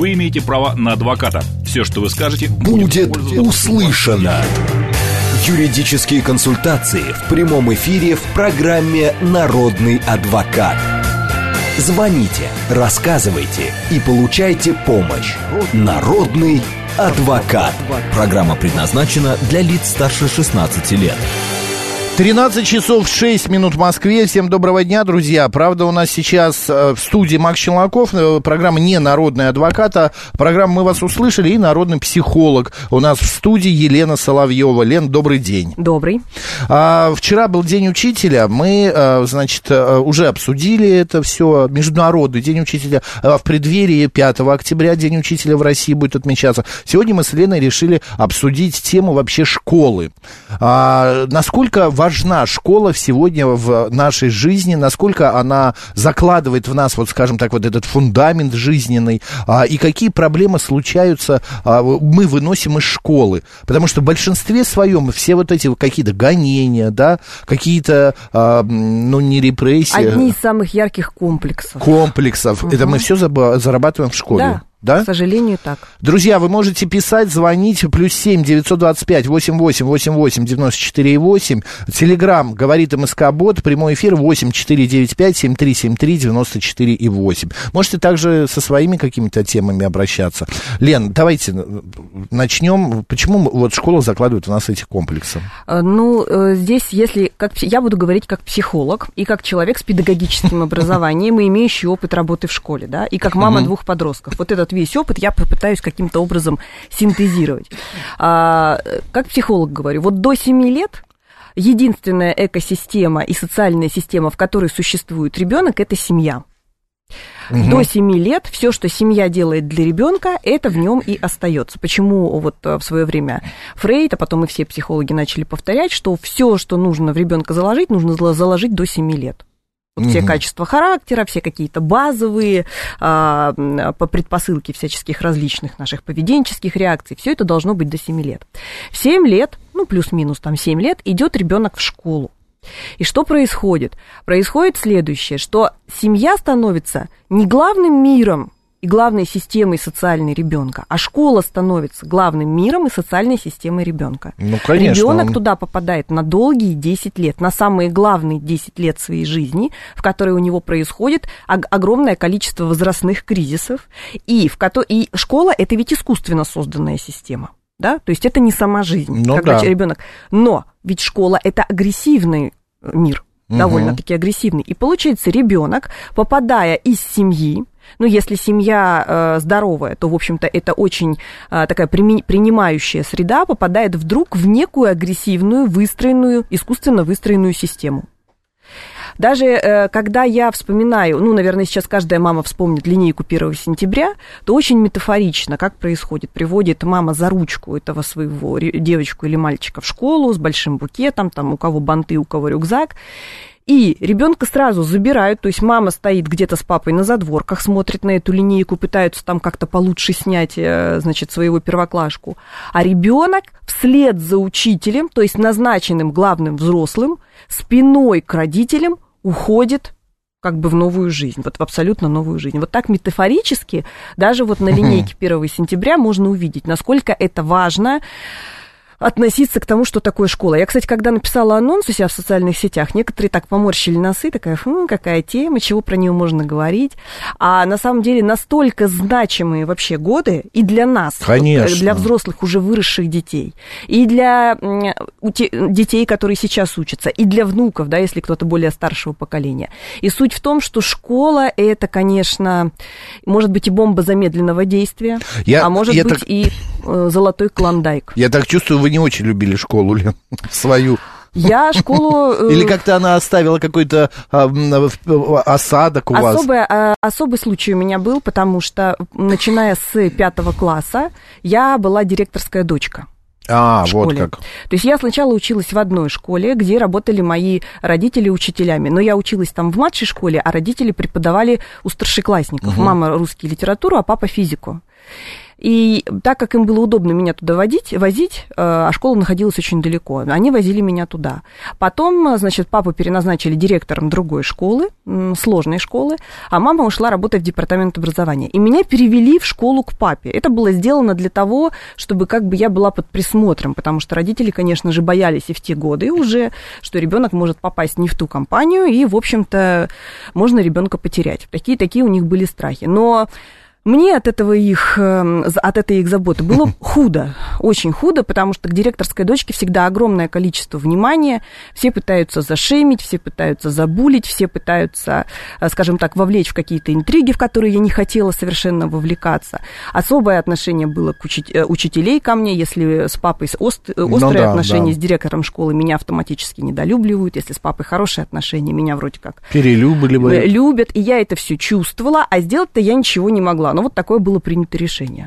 Вы имеете право на адвоката. Все, что вы скажете, будет услышано. Юридические консультации в прямом эфире в программе «Народный адвокат». Звоните, рассказывайте и получайте помощь. «Народный адвокат». Программа предназначена для лиц старше 16 лет. 13 часов 6 минут в Москве. Всем доброго дня, друзья. Правда, у нас сейчас в студии Макс Челноков. Программа не «Народный адвокат», а программа «Мы вас услышали» и народный психолог. У нас в студии Елена Соловьева. Лен, добрый день. Добрый. Вчера был День учителя. Мы, значит, уже обсудили это все. Международный День учителя. В преддверии 5 октября День учителя в России будет отмечаться. Сегодня мы с Леной решили обсудить тему вообще школы. Насколько важна школа сегодня в нашей жизни, насколько она закладывает в нас, вот скажем так, вот этот фундамент жизненный, и какие проблемы случаются, мы выносим из школы. Потому что в большинстве своем все вот эти какие-то гонения, да, какие-то, ну, не репрессии. Одни из самых ярких комплексов. Это мы все зарабатываем в школе. Да? К сожалению, так. Друзья, вы можете писать, звонить, +7 925 88 88 94 8. Телеграм говорит МСК-бот, прямой эфир 8 495 7373 94 8. Можете также со своими какими-то темами обращаться. Лен, давайте начнем. Почему вот школа закладывает в нас эти комплексы? Ну, здесь, если я буду говорить как психолог и как человек с педагогическим образованием и имеющий опыт работы в школе, да, и как мама двух подростков. Вот этот весь опыт я попытаюсь каким-то образом синтезировать. Как психолог говорю, вот до 7 лет единственная экосистема и социальная система, в которой существует ребенок, это семья. До 7 лет все, что семья делает для ребенка, это в нем и остается. Почему вот в свое время Фрейд, а потом и все психологи начали повторять, что все, что нужно в ребенка заложить, нужно заложить до 7 лет. Вот все качества характера, все какие-то базовые по предпосылке всяческих различных наших поведенческих реакций, все это должно быть до 7 лет. В 7 лет, ну плюс-минус там 7 лет, идет ребенок в школу. И что происходит? Происходит следующее, что семья становится не главным миром и главной системой социальной ребенка, а школа становится главным миром и социальной системой ребенка. Ну, конечно. Ребенок туда попадает на долгие 10 лет, на самые главные 10 лет своей жизни, в которые у него происходит огромное количество возрастных кризисов, и школа – это ведь искусственно созданная система. Да? То есть это не сама жизнь, когда ребенок. Но ведь школа – это агрессивный мир, довольно-таки агрессивный. И получается, ребенок, попадая из семьи, ну, если семья здоровая, то, в общем-то, это очень такая принимающая среда, попадает вдруг в некую агрессивную, искусственно выстроенную систему. Даже когда я вспоминаю, ну, наверное, сейчас каждая мама вспомнит линейку 1 сентября, то очень метафорично, как происходит. Приводит мама за ручку этого своего девочку или мальчика в школу с большим букетом, там у кого банты, у кого рюкзак. И ребенка сразу забирают, то есть мама стоит где-то с папой на задворках, смотрит на эту линейку, пытаются там как-то получше снять, значит, своего первоклашку. А ребенок вслед за учителем, то есть назначенным главным взрослым, спиной к родителям уходит как бы в новую жизнь, вот в абсолютно новую жизнь. Вот так метафорически даже вот на линейке 1 сентября можно увидеть, насколько это важно относиться к тому, что такое школа. Я, кстати, когда написала анонс у себя в социальных сетях, некоторые так поморщили носы, такая, какая тема, чего про нее можно говорить. А на самом деле настолько значимые вообще годы и для нас, конечно, для взрослых, уже выросших детей, и для детей, которые сейчас учатся, и для внуков, да, если кто-то более старшего поколения. И суть в том, что школа – это, конечно, может быть и бомба замедленного действия, а может быть и золотой клондайк. Я так чувствую, вы не очень любили школу, Лен, свою. Я школу... Или как-то она оставила какой-то осадок у вас? Особый случай у меня был, потому что, начиная с 5 класса, я была директорская дочка. Вот как. То есть я сначала училась в одной школе, где работали мои родители учителями, но я училась там в младшей школе, а родители преподавали у старшеклассников. Мама русский литературу, а папа физику. И так как им было удобно меня туда возить, а школа находилась очень далеко, они возили меня туда. Потом, значит, папу переназначили директором другой школы, сложной школы, а мама ушла работать в департамент образования. И меня перевели в школу к папе. Это было сделано для того, чтобы как бы я была под присмотром, потому что родители, конечно же, боялись и в те годы уже, что ребенок может попасть не в ту компанию, и, в общем-то, можно ребенка потерять. Такие у них были страхи. Но мне от этой их заботы было худо, очень худо, потому что к директорской дочке всегда огромное количество внимания, все пытаются зашеймить, все пытаются забулить, все пытаются, скажем так, вовлечь в какие-то интриги, в которые я не хотела совершенно вовлекаться. Особое отношение было к учителей ко мне, если с папой острые отношения, с директором школы меня автоматически недолюбливают, если с папой хорошие отношения, меня вроде как любят, и я это все чувствовала, а сделать-то я ничего не могла. Но вот такое было принято решение.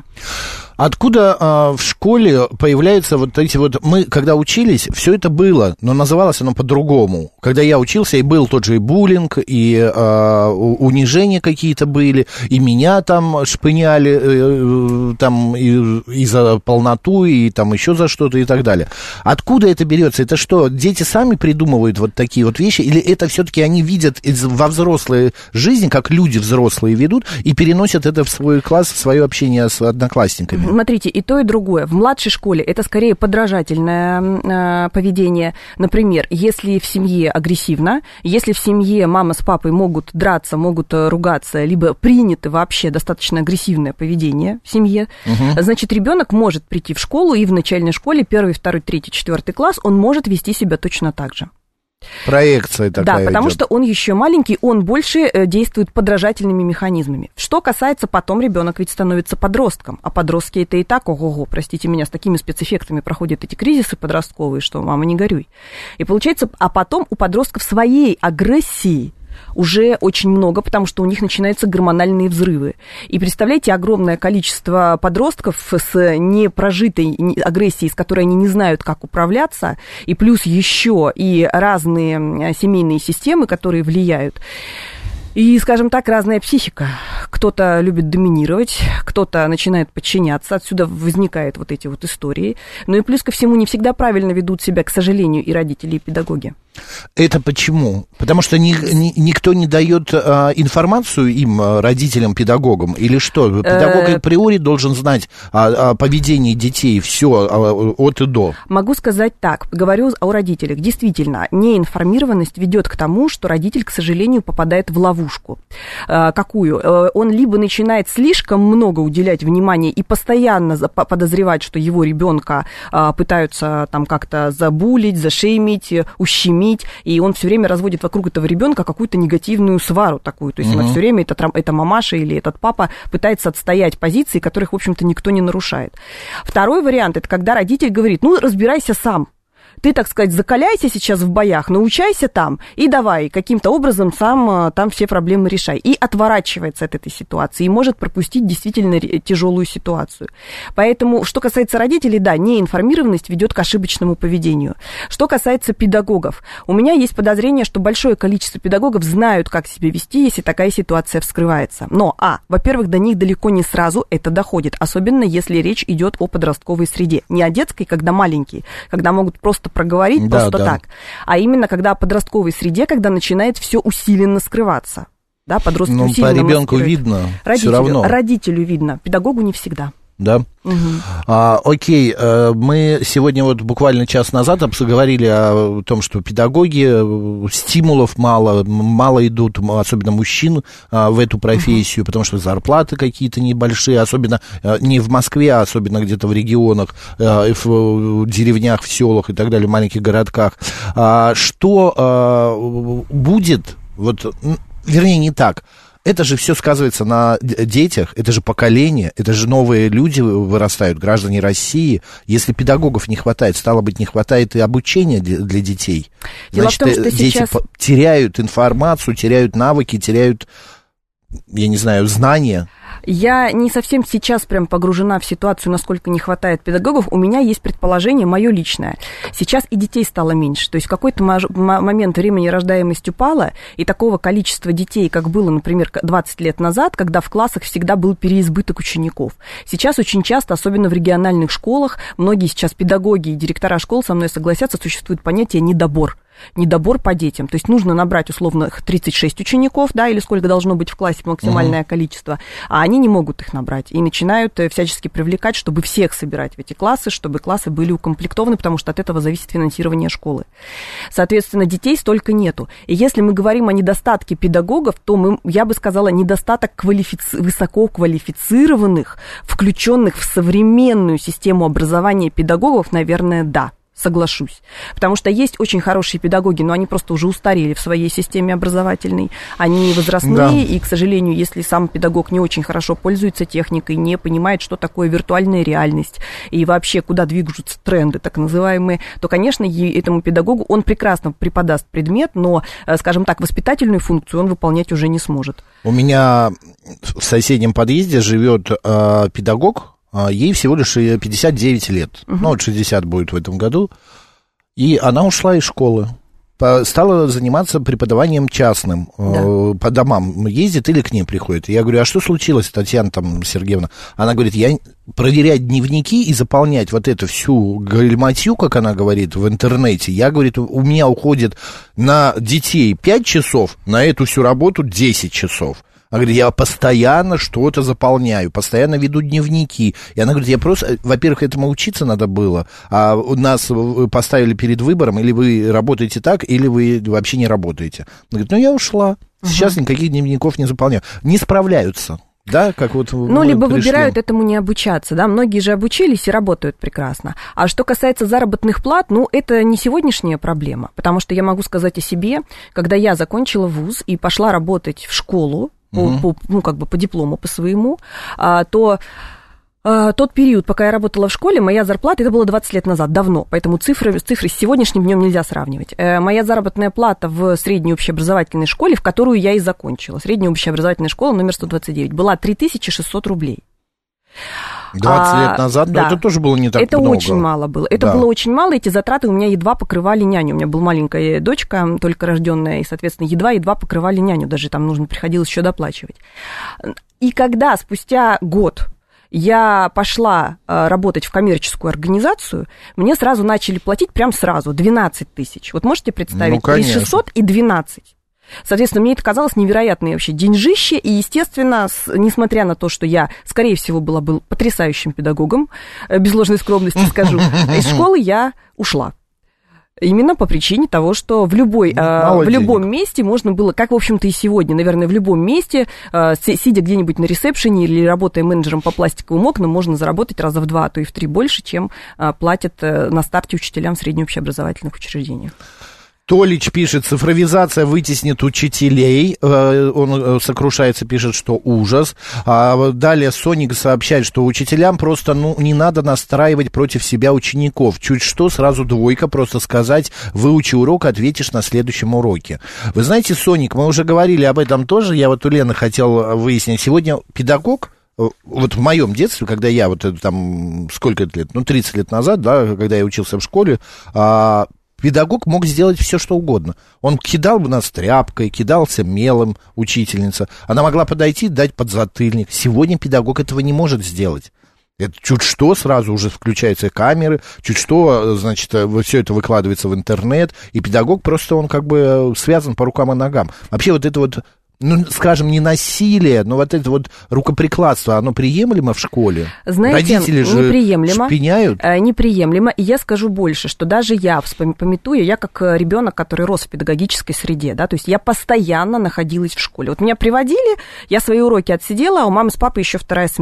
Откуда в школе появляются вот эти вот... Мы, когда учились, все это было, но называлось оно по-другому. Когда я учился, и был тот же и буллинг, и унижения какие-то были, и меня там шпыняли там и за полноту, и там еще за что-то, и так далее. Откуда это берется? Это что, дети сами придумывают вот такие вот вещи, или это все-таки они видят во взрослой жизни, как люди взрослые ведут, и переносят это в свой класс, в свое общение с одноклассниками? Смотрите, и то, и другое. В младшей школе это скорее подражательное поведение. Например, если в семье агрессивно, если в семье мама с папой могут драться, могут ругаться, либо принято вообще достаточно агрессивное поведение в семье, значит, ребенок может прийти в школу, и в начальной школе 1, 2, 3, 4 класс он может вести себя точно так же. Проекция такая. Да, потому идет. что он еще маленький, он больше действует подражательными механизмами. Что касается потом, ребенок ведь становится подростком, а подростки это и так, ого-го, простите меня, с такими спецэффектами проходят эти кризисы подростковые, что мама не горюй. И получается, а потом у подростков своей агрессии уже очень много, потому что у них начинаются гормональные взрывы. И представляете, огромное количество подростков с непрожитой агрессией, с которой они не знают, как управляться, и плюс еще и разные семейные системы, которые влияют. И, скажем так, разная психика. Кто-то любит доминировать, кто-то начинает подчиняться, отсюда возникают вот эти вот истории. Ну и плюс ко всему не всегда правильно ведут себя, к сожалению, и родители, и педагоги. Это почему? Потому что никто не дает информацию им, родителям, педагогам, или что? Педагог априори должен знать о поведении детей все от и до. Могу сказать так, говорю о родителях. Действительно, неинформированность ведет к тому, что родитель, к сожалению, попадает в ловушку. Какую? Он либо начинает слишком много уделять внимания и постоянно подозревать, что его ребенка пытаются там как-то забулить, зашеймить, ущемить, и он все время разводит вокруг этого ребенка какую-то негативную свару такую. То есть все время эта мамаша или этот папа пытается отстоять позиции, которых, в общем-то, никто не нарушает. Второй вариант – это когда родитель говорит, ну, разбирайся сам. Ты, так сказать, закаляйся сейчас в боях, научайся там, и давай каким-то образом сам там все проблемы решай. И отворачивается от этой ситуации, и может пропустить действительно тяжелую ситуацию. Поэтому, что касается родителей, да, неинформированность ведет к ошибочному поведению. Что касается педагогов, у меня есть подозрение, что большое количество педагогов знают, как себя вести, если такая ситуация вскрывается. Но, во-первых, до них далеко не сразу это доходит, особенно если речь идет о подростковой среде. Не о детской, когда маленькие, когда могут просто проговорить так, а именно когда в подростковой среде, когда начинает все усиленно скрываться. Да, подростки усиленно по ребенку видно, все равно. Родителю видно, педагогу не всегда. Да. Окей, мы сегодня вот буквально час назад говорили о том, что педагоги, стимулов мало идут, особенно мужчин, в эту профессию, потому что зарплаты какие-то небольшие, особенно не в Москве, а особенно где-то в регионах, в деревнях, в селах и так далее, в маленьких городках. Что будет, вернее, не так. Это же все сказывается на детях, это же поколение, это же новые люди вырастают, граждане России. Если педагогов не хватает, стало быть, не хватает и обучения для детей. Значит, дети теряют информацию, теряют навыки, теряют, я не знаю, знания. Я не совсем сейчас прям погружена в ситуацию, насколько не хватает педагогов. У меня есть предположение, мое личное. Сейчас и детей стало меньше. То есть в какой-то момент времени рождаемость упала, и такого количества детей, как было, например, 20 лет назад, когда в классах всегда был переизбыток учеников. Сейчас очень часто, особенно в региональных школах, многие сейчас педагоги и директора школ со мной согласятся, существует понятие недобор по детям. То есть нужно набрать условно 36 учеников, да, или сколько должно быть в классе максимальное количество, а они не могут их набрать. И начинают всячески привлекать, чтобы всех собирать в эти классы, чтобы классы были укомплектованы, потому что от этого зависит финансирование школы. Соответственно, детей столько нету. И если мы говорим о недостатке педагогов, то я бы сказала, недостаток высококвалифицированных, включенных в современную систему образования педагогов, наверное, да. Соглашусь. Потому что есть очень хорошие педагоги, но они просто уже устарели в своей системе образовательной. Они возрастные, да. И, к сожалению, если сам педагог не очень хорошо пользуется техникой, не понимает, что такое виртуальная реальность и вообще куда движутся тренды, так называемые, то, конечно, этому педагогу он прекрасно преподаст предмет, но, скажем так, воспитательную функцию он выполнять уже не сможет. У меня в соседнем подъезде живет педагог. Ей всего лишь 59 лет, ну вот 60 будет в этом году, и она ушла из школы, стала заниматься преподаванием частным, да. По домам ездит или к ней приходит. Я говорю, а что случилось, Татьяна Сергеевна? Она говорит, я проверять дневники и заполнять вот эту всю галиматью, как она говорит, в интернете, я, говорит, у меня уходит на детей 5 часов, на эту всю работу 10 часов. Она говорит, я постоянно что-то заполняю, постоянно веду дневники. И она говорит, я просто, во-первых, этому учиться надо было, а нас поставили перед выбором, или вы работаете так, или вы вообще не работаете. Она говорит, я ушла, сейчас никаких дневников не заполняю. Не справляются. Да, как вот либо выбирают этому не обучаться, да, многие же обучились и работают прекрасно. А что касается заработных плат, это не сегодняшняя проблема, потому что я могу сказать о себе, когда я закончила вуз и пошла работать в школу, по диплому, по своему, то тот период, пока я работала в школе, моя зарплата, это было 20 лет назад, давно, поэтому цифры с сегодняшним днем нельзя сравнивать. Моя заработная плата в средней общеобразовательной школе, в которую я и закончила, средняя общеобразовательная школа номер 129, была 3600 рублей. 20 лет назад, да, это тоже было не так это много. Это очень мало было. Это было очень мало, эти затраты у меня едва покрывали няню. У меня была маленькая дочка, только рожденная, и, соответственно, едва покрывали няню. Даже там приходилось еще доплачивать. И когда спустя год я пошла работать в коммерческую организацию, мне сразу начали платить, прям сразу, 12 тысяч. Вот можете представить, 3600 и 12. Соответственно, мне это казалось невероятное вообще деньжище, и, естественно, несмотря на то, что я, скорее всего, был потрясающим педагогом, без ложной скромности скажу, из школы я ушла. Именно по причине того, что в любом месте можно было, как, в общем-то, и сегодня, наверное, в любом месте, сидя где-нибудь на ресепшене или работая менеджером по пластиковым окнам, можно заработать раза в 2, а то и в 3 больше, чем платят на старте учителям в среднеобщеобразовательных учреждениях. Толич пишет, цифровизация вытеснит учителей, он сокрушается, пишет, что ужас. Далее Соник сообщает, что учителям просто не надо настраивать против себя учеников. Чуть что, сразу 2, просто сказать, выучи урок, ответишь на следующем уроке. Вы знаете, Соник, мы уже говорили об этом тоже, я вот у Лены хотел выяснить. Сегодня педагог, вот в моем детстве, когда я сколько это лет, 30 лет назад, да, когда я учился в школе, педагог мог сделать все, что угодно. Он кидал бы нас тряпкой, кидался мелом, учительница. Она могла подойти, дать подзатыльник. Сегодня педагог этого не может сделать. Это чуть что, сразу уже включаются камеры, чуть что, значит, все это выкладывается в интернет, и педагог просто, он связан по рукам и ногам. Вообще вот это вот, скажем, не насилие, но вот это вот рукоприкладство, оно приемлемо в школе? Знаете, родители же шпиняют? Неприемлемо, и я скажу больше, что даже я, пометуя, я как ребенок, который рос в педагогической среде, да, то есть я постоянно находилась в школе. Вот меня приводили, я свои уроки отсидела, а у мамы с папой еще 2-я смена.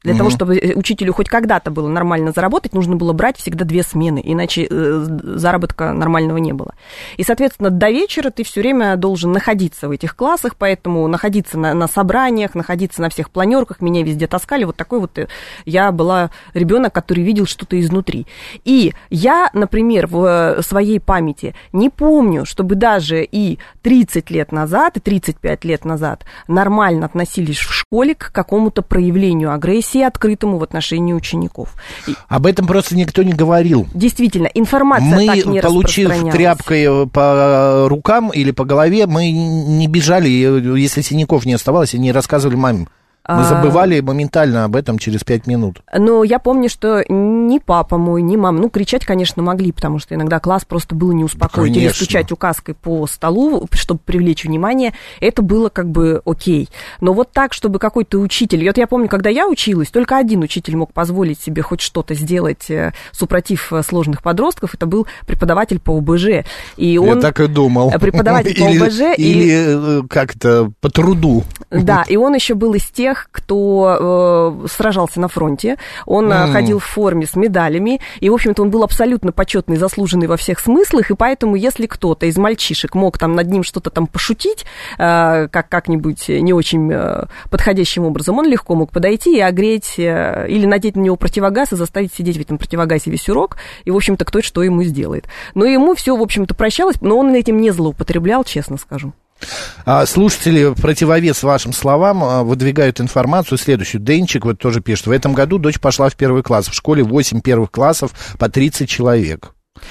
Для того, чтобы учителю хоть когда-то было нормально заработать, нужно было брать всегда 2 смены, иначе заработка нормального не было. И, соответственно, до вечера ты все время должен находиться в этих классах, поэтому находиться на собраниях, находиться на всех планерках, меня везде таскали. Вот такой вот я была ребенок, который видел что-то изнутри. И я, например, в своей памяти не помню, чтобы даже и 30 лет назад, и 35 лет назад нормально относились в школе к какому-то проявлению агрессии, открытому в отношении учеников. Об этом просто никто не говорил. Действительно, информация так не распространялась. Мы, получив тряпкой по рукам или по голове, мы не бежали, если синяков не оставалось, и не рассказывали маме. Мы забывали моментально об этом через 5 минут. Но я помню, что ни папа мой, ни мама, кричать, конечно, могли, потому что иногда класс просто было не успокоить. Или стучать указкой по столу, чтобы привлечь внимание, это было как бы окей. Но вот так, чтобы какой-то учитель... Вот я помню, когда я училась, только один учитель мог позволить себе хоть что-то сделать, супротив сложных подростков, это был преподаватель по ОБЖ. И он... Я так и думал. Преподаватель по ОБЖ. Или как-то по труду. Да, и он еще был из тех, кто сражался на фронте, он ходил в форме с медалями, и, в общем-то, он был абсолютно почетный, заслуженный во всех смыслах, и поэтому, если кто-то из мальчишек мог там над ним что-то там пошутить, как-нибудь не очень подходящим образом, он легко мог подойти и огреть, или надеть на него противогаз и заставить сидеть в этом противогазе весь урок, и, в общем-то, кто что ему сделает. Но ему все, в общем-то, прощалось, но он этим не злоупотреблял, честно скажу. Слушатели в противовес вашим словам выдвигают информацию следующую. Денчик вот тоже пишет. В этом году дочь пошла в 1 класс. В школе 8 первых классов по 30 человек.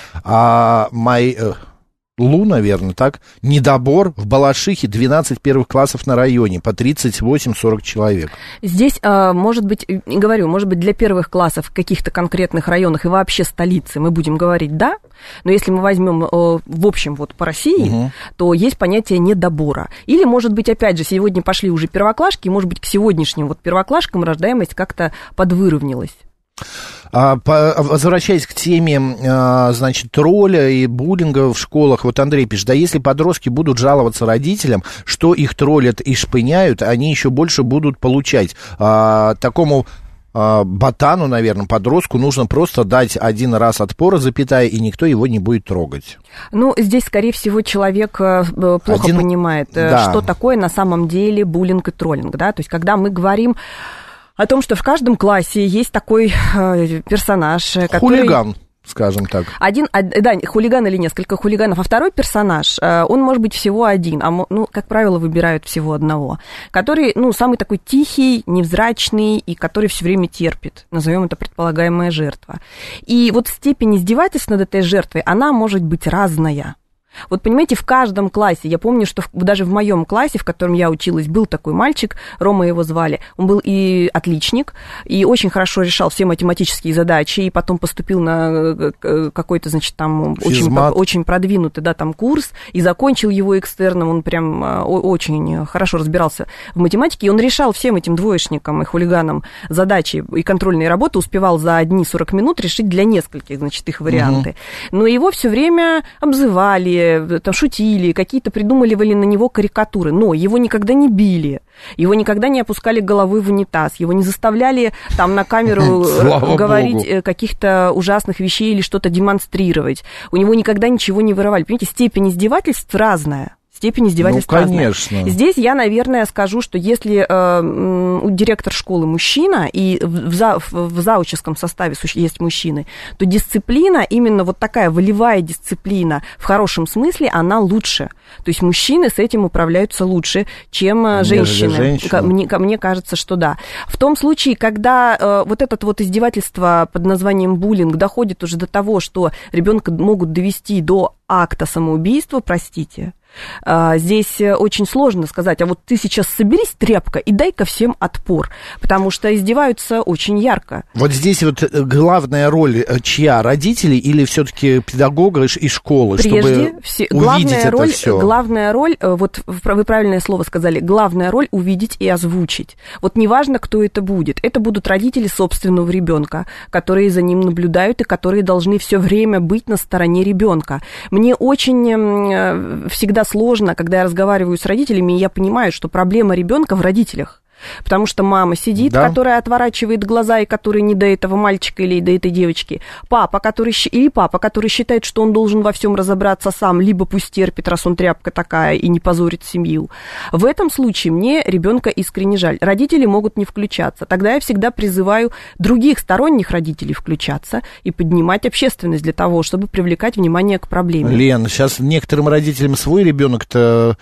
Лу, наверное, так, недобор в Балашихе 12 первых классов на районе, по 38-40 человек. Здесь, может быть, говорю, может быть, для первых классов в каких-то конкретных районах и вообще столице мы будем говорить «да», но если мы возьмем в общем вот по России, то есть понятие недобора. Или, может быть, опять же, сегодня пошли уже первоклашки, и, может быть, к сегодняшним вот первоклашкам рождаемость как-то подвыровнялась. Возвращаясь к теме, значит, тролля и буллинга в школах, вот Андрей пишет, да если подростки будут жаловаться родителям, что их троллят и шпыняют, они еще больше будут получать. Такому ботану, наверное, подростку нужно просто дать один раз отпора, запятая, и никто его не будет трогать. Ну, здесь, скорее всего, человек плохо понимает, что такое на самом деле буллинг и троллинг, да, то есть когда мы говорим о том, что в каждом классе есть такой персонаж, который... Хулиган, скажем так. Да, хулиган или несколько хулиганов, а второй персонаж, он может быть всего один, как правило, выбирают всего одного, который, самый такой тихий, невзрачный и который все время терпит, назовем это предполагаемая жертва. И вот степень издевательства над этой жертвой, она может быть разная. Вот понимаете, в каждом классе, я помню, что даже в моем классе, в котором я училась, был такой мальчик, Рома его звали, он был и отличник, и очень хорошо решал все математические задачи, и потом поступил на какой-то, значит, там очень продвинутый, да, там курс, и закончил его экстерном, он прям очень хорошо разбирался в математике, и он решал всем этим двоечникам и хулиганам задачи и контрольные работы, успевал за одни 40 минут решить для нескольких, значит, их варианты. Но его все время обзывали, там шутили, какие-то придумывали на него карикатуры, но его никогда не били, его никогда не опускали головой в унитаз, его не заставляли там на камеру говорить каких-то ужасных вещей или что-то демонстрировать, у него никогда ничего не вырывали. Понимаете, степень издевательств разная. Степень издевательства разная. Здесь я, наверное, скажу, что если директор школы мужчина, и в зауческом составе есть мужчины, то дисциплина, именно вот такая волевая дисциплина в хорошем смысле, она лучше. То есть мужчины с этим управляются лучше, чем женщины. Мне кажется, что да. В том случае, когда вот это вот издевательство под названием буллинг доходит уже до того, что ребенка могут довести до акта самоубийства, простите, здесь очень сложно сказать, а вот ты сейчас соберись, тряпка, и дай-ка всем отпор, потому что издеваются очень ярко. Вот здесь вот главная роль чья, родителей или все-таки педагога и школы, прежде чтобы увидеть это все? Главная роль, вот вы правильное слово сказали, главная роль увидеть и озвучить. Вот неважно, кто это будет, это будут родители собственного ребенка, которые за ним наблюдают и которые должны все время быть на стороне ребенка. Мне очень всегда сложно, когда я разговариваю с родителями, и я понимаю, что проблема ребенка в родителях. Потому что мама сидит, которая отворачивает глаза и которая не до этого мальчика или до этой девочки. Папа, который считает, что он должен во всем разобраться сам, либо пусть терпит, раз он тряпка такая и не позорит семью. В этом случае мне ребенка искренне жаль. Родители могут не включаться. Тогда я всегда призываю других сторонних родителей включаться и поднимать общественность для того, чтобы привлекать внимание к проблеме. Лен, сейчас некоторым родителям свой ребенок-то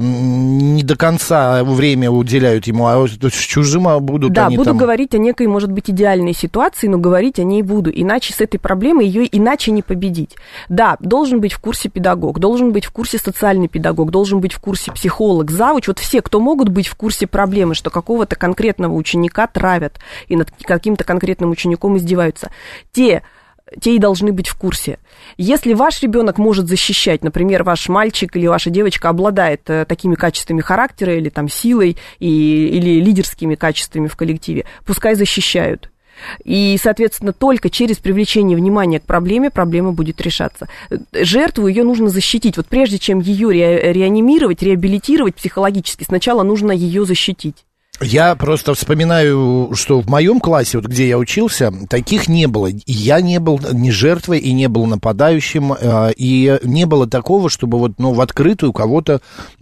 не до конца время уделяют ему, а с чужим будут да, они буду там... говорить о некой, может быть, идеальной ситуации, но говорить о ней буду. Иначе с этой проблемой ее иначе не победить. Да, должен быть в курсе педагог, должен быть в курсе социальный педагог, должен быть в курсе психолог, завуч. Вот все, кто могут быть в курсе проблемы, что какого-то конкретного ученика травят и над каким-то конкретным учеником издеваются, те и должны быть в курсе. Если ваш ребенок может защищать, например, ваш мальчик или ваша девочка обладает такими качествами характера или там силой или лидерскими качествами в коллективе, пускай защищают. И, соответственно, только через привлечение внимания к проблеме проблема будет решаться. Жертву ее нужно защитить. Вот прежде чем ее реанимировать, реабилитировать психологически, сначала нужно ее защитить. Я просто вспоминаю, что в моем классе, вот где я учился, таких не было. И я не был ни жертвой, и не был нападающим, и не было такого, чтобы вот, в открытую кого-то,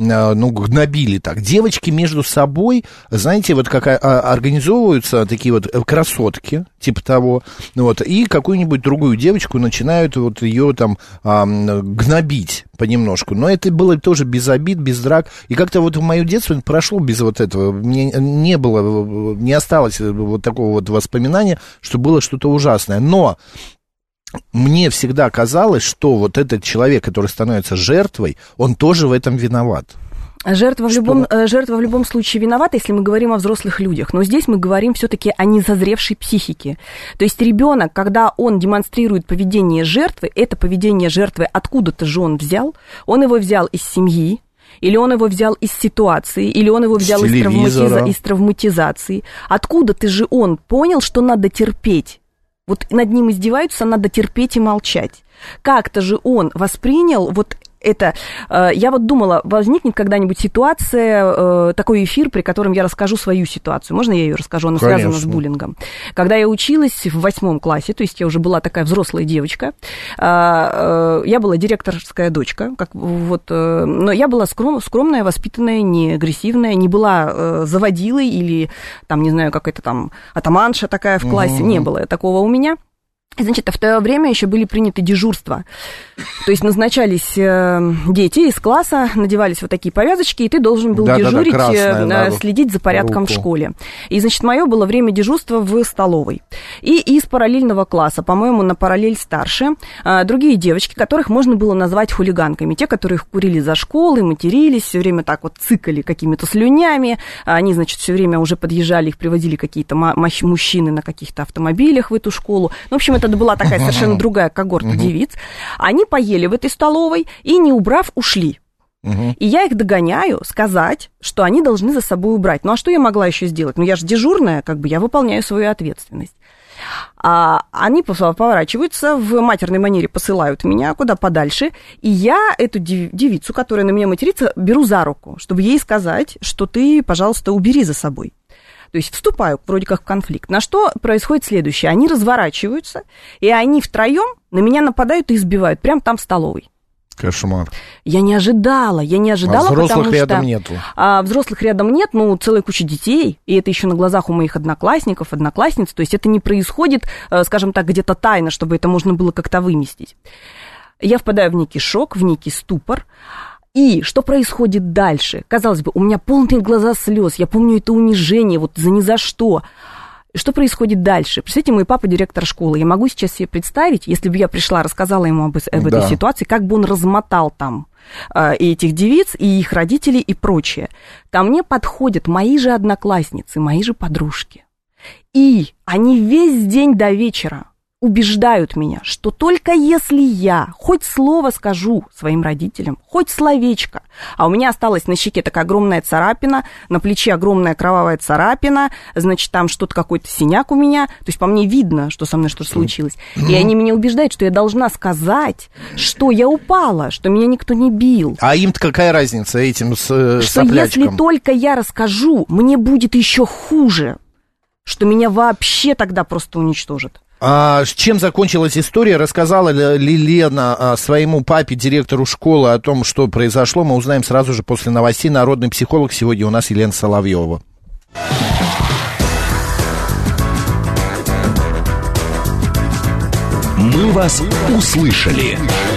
гнобили так. Девочки между собой, знаете, вот как организовываются такие вот красотки, типа того, вот, и какую-нибудь другую девочку начинают вот ее там гнобить понемножку. Но это было тоже без обид, без драк. И как-то вот в мое детство прошло без вот этого. Мне не осталось вот такого вот воспоминания, что было что-то ужасное. Но мне всегда казалось, что вот этот человек, который становится жертвой, он тоже в этом виноват. Жертва в любом случае виновата, если мы говорим о взрослых людях. Но здесь мы говорим все-таки о несозревшей психике. То есть ребенок, когда он демонстрирует поведение жертвы, это поведение жертвы откуда-то же он взял. Он его взял из семьи, или он его взял из ситуации, или он его взял из травматизации. Откуда-то же он понял, что надо терпеть. Вот над ним издеваются, надо терпеть и молчать. Как-то же он воспринял вот это. Я вот думала, возникнет когда-нибудь ситуация, такой эфир, при котором я расскажу свою ситуацию. Можно я ее расскажу? Она связана с буллингом. Когда я училась в 8 классе, то есть я уже была такая взрослая девочка, я была директорская дочка, но я была скромная, воспитанная, не агрессивная, не была заводилой или, там, не знаю, какая-то там атаманша такая в классе. Не было такого у меня. Значит, в то время еще были приняты дежурства. То есть назначались дети из класса, надевались вот такие повязочки, и ты должен был дежурить, следить за порядком в школе. И, значит, мое было время дежурства в столовой. И из параллельного класса, по-моему, на параллель старше, другие девочки, которых можно было назвать хулиганками. Те, которые курили за школой, матерились, все время так вот цыкали какими-то слюнями. Они, значит, все время уже подъезжали, их привозили какие-то мужчины на каких-то автомобилях в эту школу. В общем, это была такая совершенно другая когорта девиц. Они поели в этой столовой и, не убрав, ушли. И я их догоняю сказать, что они должны за собой убрать. Ну, а что я могла еще сделать? Ну, я же дежурная, я выполняю свою ответственность. Они поворачиваются, в матерной манере посылают меня куда подальше, и я эту девицу, которая на меня матерится, беру за руку, чтобы ей сказать, что ты, пожалуйста, убери за собой. То есть вступаю вроде как в конфликт. На что происходит следующее. Они разворачиваются, и они втроем на меня нападают и избивают прямо там в столовой. Кошмар. Я не ожидала, взрослых рядом нету. Взрослых рядом нет, целая куча детей, и это еще на глазах у моих одноклассников, одноклассниц, то есть это не происходит, скажем так, где-то тайно, чтобы это можно было как-то выместить. Я впадаю в некий шок, в некий ступор. И что происходит дальше? Казалось бы, у меня полные глаза слез, я помню это унижение, вот за ни за что. Что происходит дальше? Представьте, мой папа директор школы. Я могу сейчас себе представить, если бы я пришла, рассказала ему об этой ситуации, как бы он размотал там и этих девиц, и их родителей, и прочее. Ко мне подходят мои же одноклассницы, мои же подружки. И они весь день до вечера убеждают меня, что только если я хоть слово скажу своим родителям, хоть словечко, а у меня осталась на щеке такая огромная царапина, на плече огромная кровавая царапина, значит, там что-то, какой-то синяк у меня, то есть по мне видно, что со мной что-то случилось. И они меня убеждают, что я должна сказать, что я упала, что меня никто не бил. А им-то какая разница этим что соплячкам? Если только я расскажу, мне будет еще хуже, что меня вообще тогда просто уничтожат. Чем закончилась история? Рассказала ли Лена своему папе, директору школы, о том, что произошло? Мы узнаем сразу же после новостей. Народный психолог сегодня у нас Елена Соловьева. Мы вас услышали.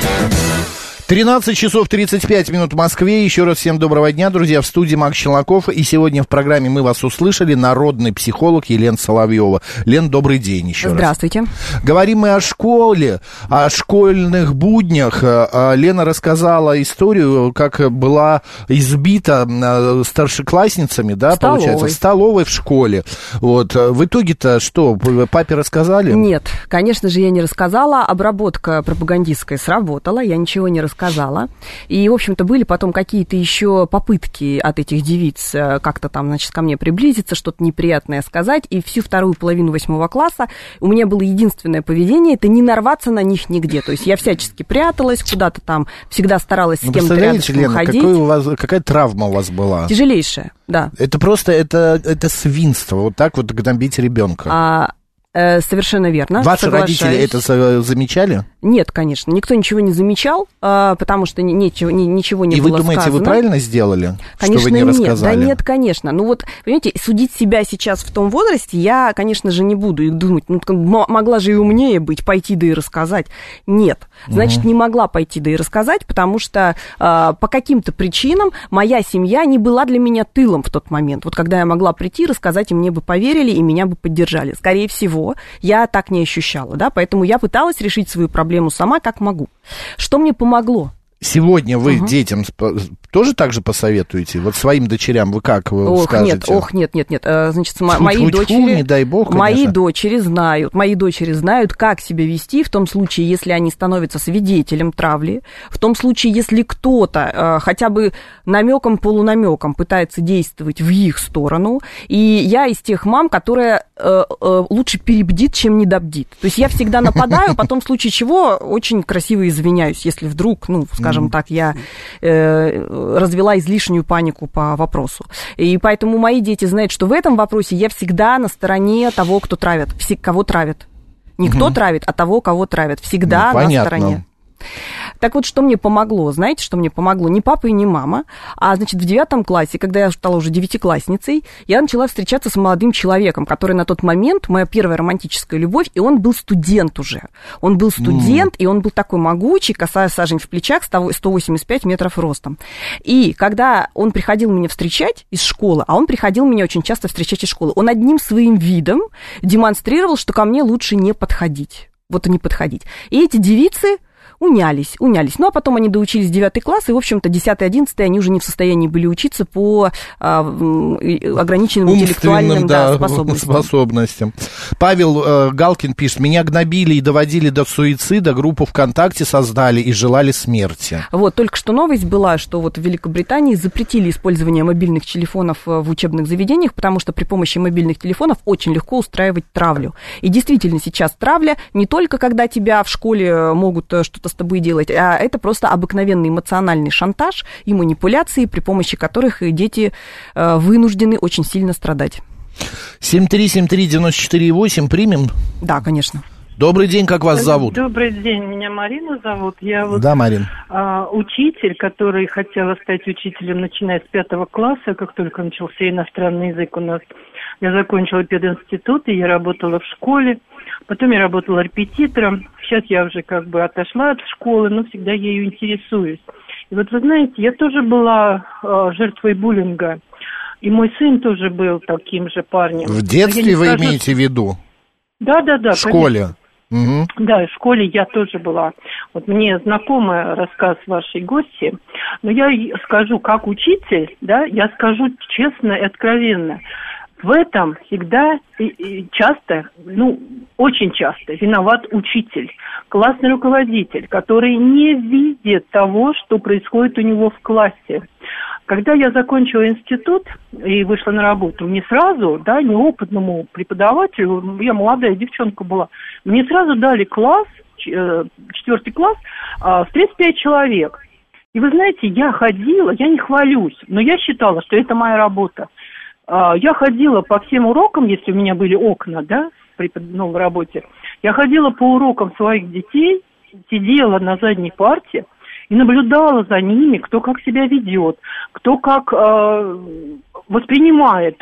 13 часов 35 минут в Москве. Еще раз всем доброго дня, друзья. В студии Макс Челноков. И сегодня в программе «Мы вас услышали» народный психолог Елена Соловьева. Лен, добрый день еще раз. Здравствуйте. Говорим мы о школе, о школьных буднях. Лена рассказала историю, как была избита старшеклассницами, да, получается, в столовой в школе. Вот. В итоге-то что, папе рассказали? Нет, конечно же, я не рассказала. Обработка пропагандистская сработала, я ничего не рассказала. И, в общем-то, были потом какие-то еще попытки от этих девиц как-то там, значит, ко мне приблизиться, что-то неприятное сказать. И всю вторую половину 8 класса у меня было единственное поведение — это не нарваться на них нигде. То есть я всячески пряталась, куда-то там всегда старалась с кем-то рядом ходить. Какая травма у вас была? Тяжелейшая, да. Это просто, это свинство, вот так вот гнобить ребенка. Совершенно верно. Ваши родители это замечали? Нет, конечно, никто ничего не замечал, потому что ничего не было сказано. И вы думаете, вы правильно сделали, конечно, что вы не рассказали? Да нет, конечно. Ну вот, понимаете, судить себя сейчас в том возрасте я, конечно же, не буду. И думать, могла же и умнее быть, пойти да и рассказать. Нет, значит, не могла пойти да и рассказать, потому что по каким-то причинам моя семья не была для меня тылом в тот момент. Вот когда я могла прийти, рассказать, и мне бы поверили, и меня бы поддержали. Скорее всего, я так не ощущала, да, поэтому я пыталась решить свою проблему сама, как могу. Что мне помогло? Сегодня вы детям тоже так же посоветуете? Вот своим дочерям вы как скажете? Нет. Значит, мои дочери, не дай бог, мои дочери знают, как себя вести в том случае, если они становятся свидетелем травли, в том случае, если кто-то хотя бы намеком, полунамеком пытается действовать в их сторону. И я из тех мам, которая лучше перебдит, чем недобдит. То есть я всегда нападаю, потом в случае чего очень красиво извиняюсь, если вдруг, скажем так, я развела излишнюю панику по вопросу. И поэтому мои дети знают, что в этом вопросе я всегда на стороне того, кто травит, кого травят. Не кто травит, а того, кого травят. Всегда на стороне. Так вот, что мне помогло? Знаете, что мне помогло? Не папа и не мама, а, значит, в 9 классе, когда я стала уже 9-классницей, я начала встречаться с молодым человеком, который на тот момент, моя первая романтическая любовь, и он был студент уже. Он был студент, и он был такой могучий, косая сажень в плечах, 185 метров ростом. И когда он приходил меня встречать из школы, а он приходил меня очень часто встречать из школы, он одним своим видом демонстрировал, что ко мне лучше не подходить. Вот и не подходить. И эти девицы унялись. Ну, а потом они доучились 9 класс, и, в общем-то, 10-11 они уже не в состоянии были учиться по ограниченным интеллектуальным способностям. Павел Галкин пишет: меня гнобили и доводили до суицида, группу ВКонтакте создали и желали смерти. Вот, только что новость была, что вот в Великобритании запретили использование мобильных телефонов в учебных заведениях, потому что при помощи мобильных телефонов очень легко устраивать травлю. И действительно сейчас травля не только когда тебя в школе могут что-то с тобой делать, а это просто обыкновенный эмоциональный шантаж и манипуляции, при помощи которых дети вынуждены очень сильно страдать. 7373948 примем? Да, конечно. Добрый день, как вас зовут? Добрый день, меня Марина зовут. Я да, Марин. Учитель, который хотела стать учителем, начиная с 5 класса, как только начался иностранный язык у нас. Я закончила пединститут, и я работала в школе. Потом я работала репетитором. Сейчас я уже как бы отошла от школы, но всегда ею интересуюсь. И вот вы знаете, я тоже была жертвой буллинга. И мой сын тоже был таким же парнем. В детстве вы имеете в виду? Да. В школе? Угу. Да, в школе я тоже была. Вот мне знакомый рассказ вашей гости. Но я скажу, как учитель, да, я скажу честно и откровенно. В этом всегда и часто, очень часто виноват учитель, классный руководитель, который не видит того, что происходит у него в классе. Когда я закончила институт и вышла на работу, мне сразу, да, неопытному преподавателю, я молодая девчонка была, мне сразу дали класс, 4 класс, в 35 человек. И вы знаете, я ходила, я не хвалюсь, но я считала, что это моя работа. Я ходила по всем урокам, если у меня были окна, да, в работе. Я ходила по урокам своих детей, сидела на задней парте и наблюдала за ними, кто как себя ведет, кто как воспринимает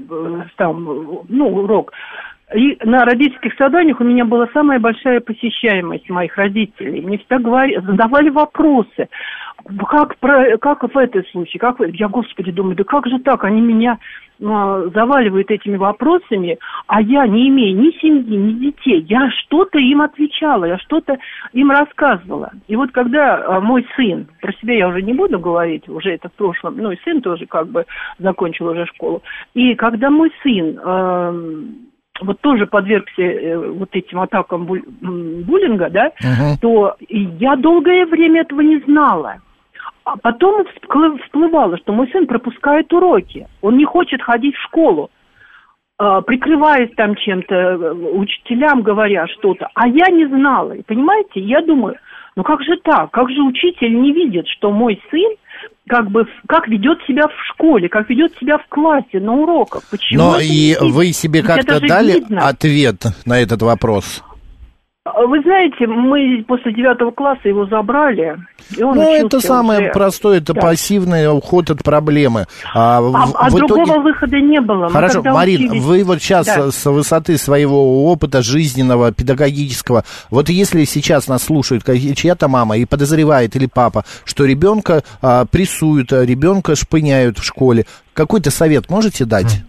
урок. И на родительских собраниях у меня была самая большая посещаемость моих родителей. Мне всегда задавали вопросы. Как в этом случае? Я, Господи, думаю, да как же так? Они меня заваливают этими вопросами, а я не имею ни семьи, ни детей. Я что-то им отвечала, я что-то им рассказывала. И вот когда мой сын, про себя я уже не буду говорить, уже это в прошлом, и сын тоже как бы закончил уже школу. И когда мой сын вот тоже подвергся вот этим атакам буллинга, да, то я долгое время этого не знала. А потом всплывало, что мой сын пропускает уроки, он не хочет ходить в школу, прикрываясь там чем-то, учителям говоря что-то, а я не знала. И понимаете, я думаю, ну как же так, как же учитель не видит, что мой сын как ведет себя в школе, как ведет себя в классе, на уроках. Почему? Но и вы себе как-то дали ответ на этот вопрос? Вы знаете, мы после 9 класса его забрали. И он это самое уже простое, это пассивный уход от проблемы. Другого выхода не было. Хорошо, Марин, вы вот сейчас с высоты своего опыта жизненного, педагогического, вот если сейчас нас слушает чья-то мама и подозревает или папа, что ребенка прессуют, ребенка шпыняют в школе, какой-то совет можете дать?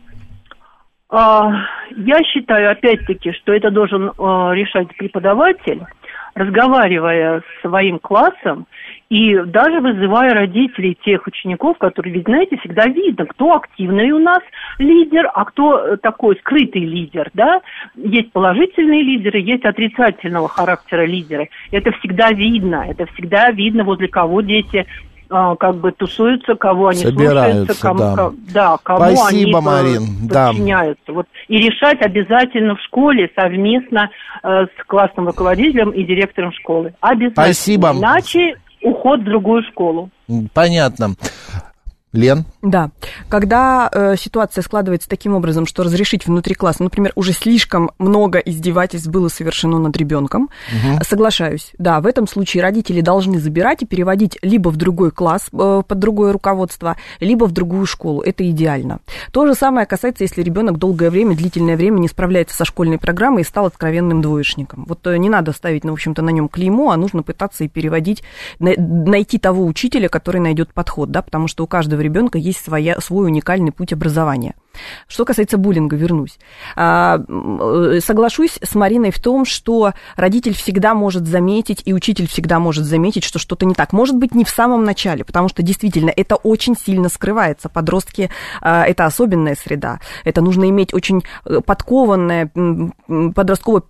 Я считаю, опять-таки, что это должен решать преподаватель, разговаривая с своим классом и даже вызывая родителей тех учеников, которые, ведь, знаете, всегда видно, кто активный у нас лидер, а кто такой скрытый лидер, да? Есть положительные лидеры, есть отрицательного характера лидеры. Это всегда видно, возле кого дети тусуются, кого они слушаются, кому Спасибо, они подчиняются. Да. Вот. И решать обязательно в школе совместно с классным руководителем и директором школы. Обязательно. Спасибо. Иначе уход в другую школу. Понятно. Лен? Да. Когда ситуация складывается таким образом, что разрешить внутри класса, например, уже слишком много издевательств было совершено над ребенком, соглашаюсь. Да, в этом случае родители должны забирать и переводить либо в другой класс под другое руководство, либо в другую школу. Это идеально. То же самое касается, если ребенок длительное время не справляется со школьной программой и стал откровенным двоечником. Вот не надо ставить, в общем-то, на нем клеймо, а нужно пытаться и переводить, найти того учителя, который найдет подход, да, потому что у каждого ребенка есть свой уникальный путь образования. Что касается буллинга, вернусь. Соглашусь с Мариной в том, что родитель всегда может заметить, и учитель всегда может заметить, что что-то не так. Может быть, не в самом начале, потому что действительно это очень сильно скрывается. Подростки – это особенная среда. Это нужно иметь очень подкованное подростковое,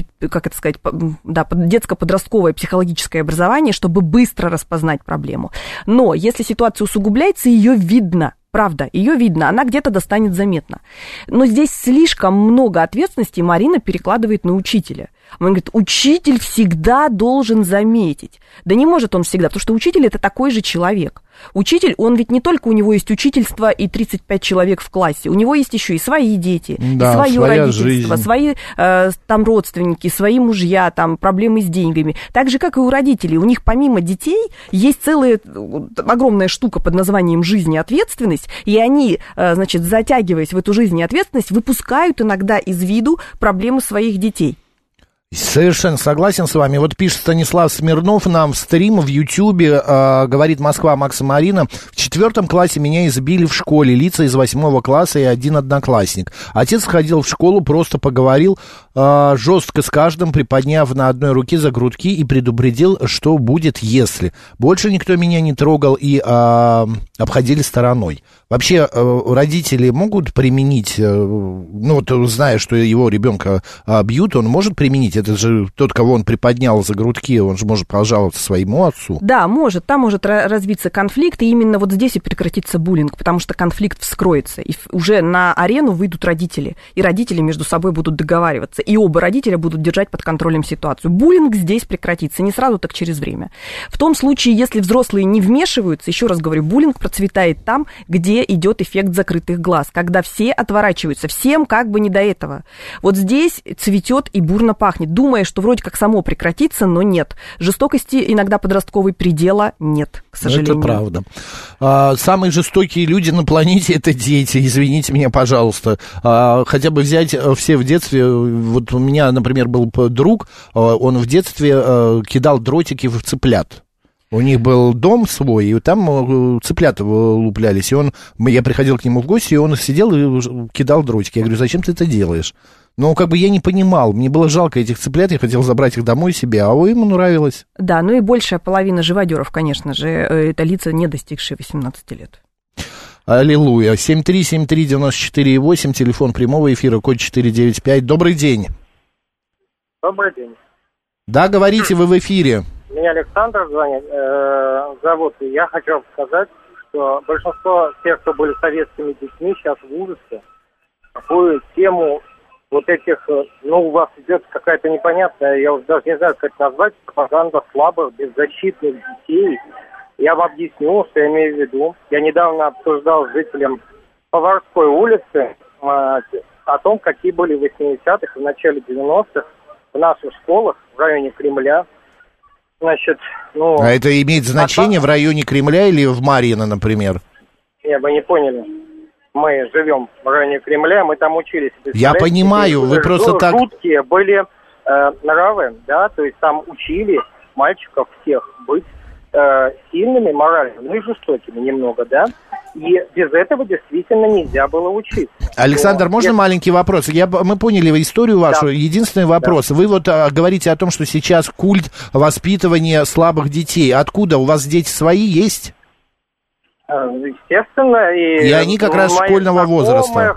детско-подростковое психологическое образование, чтобы быстро распознать проблему. Но если ситуация усугубляется, ее видно. Правда, ее видно, она где-то достанет заметно. Но здесь слишком много ответственности Марина перекладывает на учителя. Он говорит, учитель всегда должен заметить. Да не может он всегда, потому что учитель – это такой же человек. Учитель, он ведь не только у него есть учительство и 35 человек в классе, у него есть еще и свои дети, да, и свое родительство, жизнь. Свои там родственники, свои мужья, там проблемы с деньгами. Так же, как и у родителей. У них помимо детей есть целая огромная штука под названием «жизнь и ответственность», и они, затягиваясь в эту жизнь и ответственность, выпускают иногда из виду проблемы своих детей. Совершенно согласен с вами. Вот пишет Станислав Смирнов нам в стрим в Ютьюбе, говорит Москва, Макс и Марина. В 4 классе меня избили в школе, лица из 8 класса и один одноклассник. Отец ходил в школу, просто поговорил жестко с каждым, приподняв на одной руке за грудки и предупредил, что будет, если. Больше никто меня не трогал и обходили стороной. Вообще, родители могут применить, ну, вот, зная, что его ребенка бьют, он может применить? Это же тот, кого он приподнял за грудки, он же может пожаловаться своему отцу. Да, может. Там может развиться конфликт, и именно вот здесь и прекратится буллинг, потому что конфликт вскроется, и уже на арену выйдут родители, и родители между собой будут договариваться, и оба родителя будут держать под контролем ситуацию. Буллинг здесь прекратится, не сразу, так через время. В том случае, если взрослые не вмешиваются, еще раз говорю, буллинг процветает там, где идет эффект закрытых глаз, когда все отворачиваются, всем как бы не до этого. Вот здесь цветет и бурно пахнет, думая, что вроде как само прекратится, но нет. Жестокости иногда подростковой предела нет, к сожалению. Это правда. Самые жестокие люди на планете — это дети, извините меня, пожалуйста. Хотя бы взять все в детстве. Вот у меня, например, был друг, он в детстве кидал дротики в цыплят. У них был дом свой, и там цыплята луплялись. И я приходил к нему в гости, и он сидел и кидал дротики. Я говорю, зачем ты это делаешь? Ну, как бы я не понимал, мне было жалко этих цыплят, я хотел забрать их домой себе, а ему нравилось. Да, ну и большая половина живодеров, конечно же, это лица, не достигшие 18 лет. Аллилуйя. 7373948, телефон прямого эфира, код 495. Добрый день. Добрый день. Да, говорите, вы в эфире. Меня Александр зовут, и я хочу сказать, что большинство тех, кто были советскими детьми, сейчас в ужасе. Такую тему вот этих, у вас идет какая-то непонятная, я уже даже не знаю, как это назвать, пропаганда слабых, беззащитных детей. Я вам объясню, что я имею в виду. Я недавно обсуждал с жителем Поварской улицы о том, какие были в 80-х и в начале 90-х в наших школах в районе Кремля. Значит, А это имеет значение в районе Кремля или в Марьино, например? Вы не поняли. Мы живем в районе Кремля, мы там учились. Я понимаю, вы просто так... Жуткие были нравы, да, то есть там учили мальчиков всех быть сильными морально, и жестокими немного, да, и без этого действительно нельзя было учиться. Александр, можно маленький вопрос? Мы поняли историю вашу. Да. Единственный вопрос. Да. Вы вот говорите о том, что сейчас культ воспитывания слабых детей. Откуда? У вас дети свои есть? Естественно. И они как раз школьного возраста.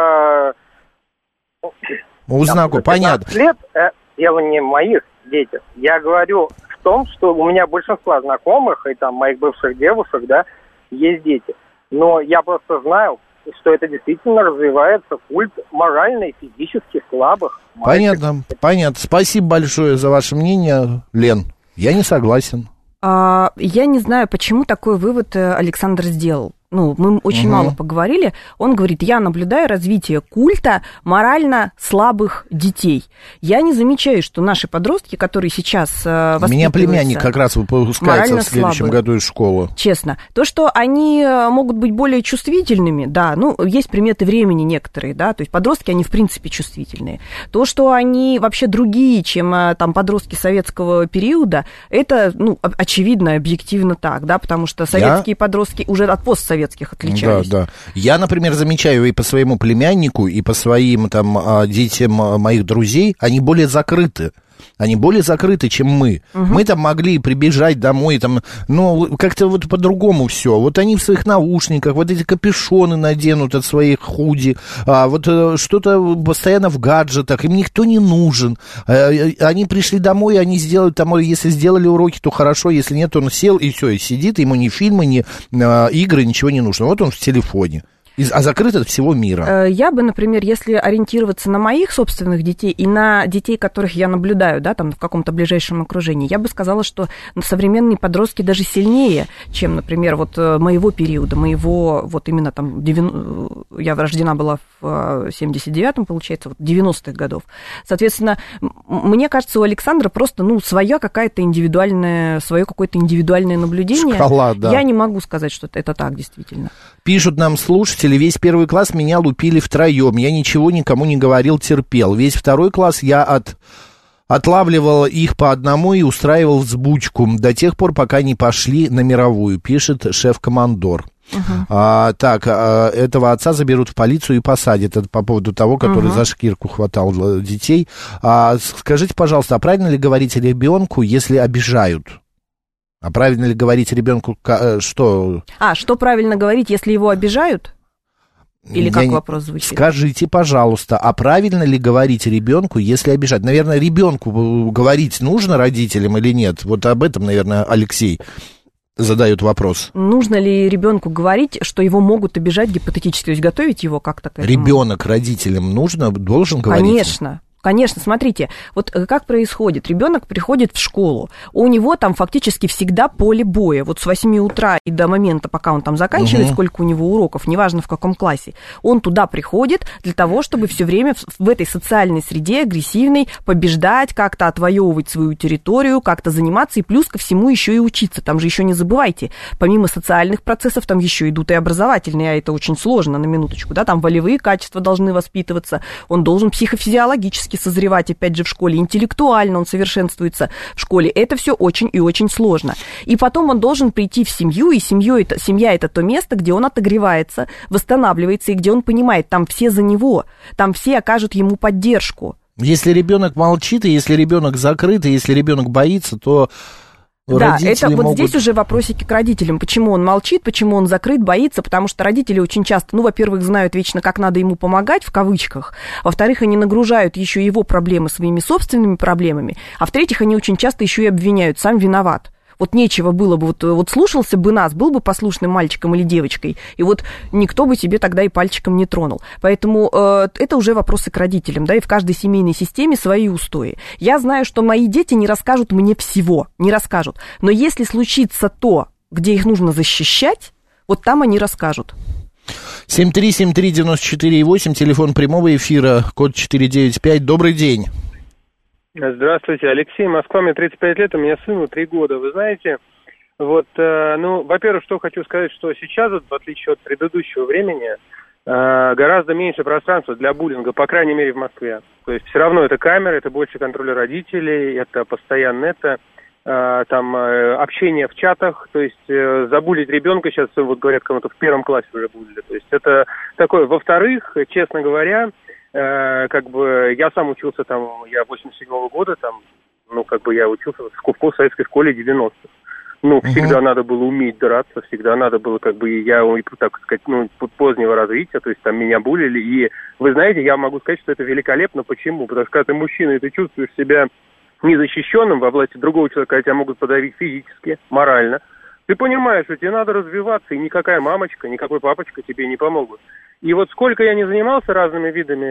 Понятно. Лет, дело не в моих детях. Я говорю в том, что у меня большинство знакомых и там моих бывших девушек, да, есть дети. Но я просто знаю, что это действительно развивается культ морально и физически слабых мальчиков. Понятно. Спасибо большое за ваше мнение, Лен. Я не согласен. Я не знаю, почему такой вывод Александр сделал. Мы очень мало поговорили. Он говорит, я наблюдаю развитие культа морально слабых детей. Я не замечаю, что наши подростки, которые сейчас воспитываются... У меня племянник как раз выпускается в следующем году из школы. Честно. То, что они могут быть более чувствительными, да, есть приметы времени некоторые, да, то есть подростки, они в принципе чувствительные. То, что они вообще другие, чем там подростки советского периода, это, очевидно, объективно так, да, потому что советские подростки уже от постсоветских отличались. Да. Я, например, замечаю и по своему племяннику, и по своим там детям моих друзей, они более закрыты. Они более закрыты, чем мы. Мы там могли прибежать домой, там, как-то вот по-другому все. Вот они в своих наушниках, вот эти капюшоны наденут от своих худи, вот что-то постоянно в гаджетах, им никто не нужен. Они пришли домой, они сделали там, если сделали уроки, то хорошо, если нет, он сел и все, и сидит, ему ни фильмы, ни игры, ничего не нужно. Вот он в телефоне. А закрыт от всего мира. Я бы, например, если ориентироваться на моих собственных детей и на детей, которых я наблюдаю, да, там в каком-то ближайшем окружении, я бы сказала, что современные подростки даже сильнее, чем, например, вот моего периода, вот именно там, я рождена была в 79-м, получается, вот 90-х годов. Соответственно, мне кажется, у Александра просто, свое какое-то индивидуальное наблюдение. Шкала, да. Я не могу сказать, что это так действительно. Пишут нам слушатели, весь первый класс меня лупили втроем, я ничего никому не говорил, терпел. Весь второй класс я от Отлавливал их по одному и устраивал взбучку до тех пор, пока не пошли на мировую, пишет шеф-командор. Этого отца заберут в полицию и посадят. Это по поводу того, который за шкирку хватал детей. Скажите, пожалуйста, а правильно ли говорить ребенку, если обижают? А правильно ли говорить ребенку, что... Что правильно говорить, если его обижают? Или как вопрос звучит? Скажите, пожалуйста, а правильно ли говорить ребенку, если обижать? Наверное, ребенку говорить нужно родителям или нет? Вот об этом, наверное, Алексей задают вопрос. Нужно ли ребенку говорить, что его могут обижать гипотетически, то есть готовить его как-то к этому? Ребенок родителям должен говорить? Конечно, смотрите, вот как происходит. Ребенок приходит в школу, у него там фактически всегда поле боя. Вот с 8 утра и до момента, пока он там заканчивает, сколько у него уроков, неважно в каком классе, он туда приходит для того, чтобы все время в этой социальной среде агрессивной побеждать, как-то отвоевывать свою территорию, как-то заниматься и плюс ко всему еще и учиться. Там же еще не забывайте, помимо социальных процессов, там еще идут и образовательные, а это очень сложно, на минуточку, да, там волевые качества должны воспитываться, он должен психофизиологически созревать, опять же, в школе, интеллектуально он совершенствуется в школе. Это все очень и очень сложно. И потом он должен прийти в семью, и семья это то место, где он отогревается, восстанавливается, и где он понимает, там все за него, там все окажут ему поддержку. Если ребенок молчит, и если ребенок закрыт, и если ребенок боится, то... Да, это вот здесь уже вопросики к родителям. Почему он молчит, почему он закрыт, боится, потому что родители очень часто, во-первых, знают вечно, как надо ему помогать, в кавычках, во-вторых, они нагружают еще его проблемы своими собственными проблемами, а в-третьих, они очень часто еще и обвиняют, сам виноват. Вот нечего было бы, вот слушался бы нас, был бы послушным мальчиком или девочкой, и вот никто бы тебе тогда и пальчиком не тронул. Поэтому это уже вопросы к родителям, да, и в каждой семейной системе свои устои. Я знаю, что мои дети не расскажут мне всего, не расскажут, но если случится то, где их нужно защищать, вот там они расскажут. 7373948, телефон прямого эфира, код 495. Добрый день. Здравствуйте, Алексей, Москва, мне 35 лет, у меня сыну 3 года. Вы знаете, во-первых, что хочу сказать, что сейчас, в отличие от предыдущего времени, гораздо меньше пространства для буллинга, по крайней мере, в Москве. То есть все равно это камеры, это больше контроля родителей, это постоянно общение в чатах, то есть забулить ребенка сейчас, говорят, кому-то в 1 классе уже булили. То есть это такое. Во-вторых, честно говоря, я сам учился я 87-го года, я учился в советской школе 90-х. Всегда надо было уметь драться, всегда надо было, позднего развития, то есть меня булили. И вы знаете, я могу сказать, что это великолепно. Почему? Потому что когда ты мужчина, и ты чувствуешь себя незащищенным во власти другого человека, тебя могут подавить физически, морально. Ты понимаешь, что тебе надо развиваться, и никакая мамочка, никакой папочка тебе не помогут. И вот сколько я не занимался разными видами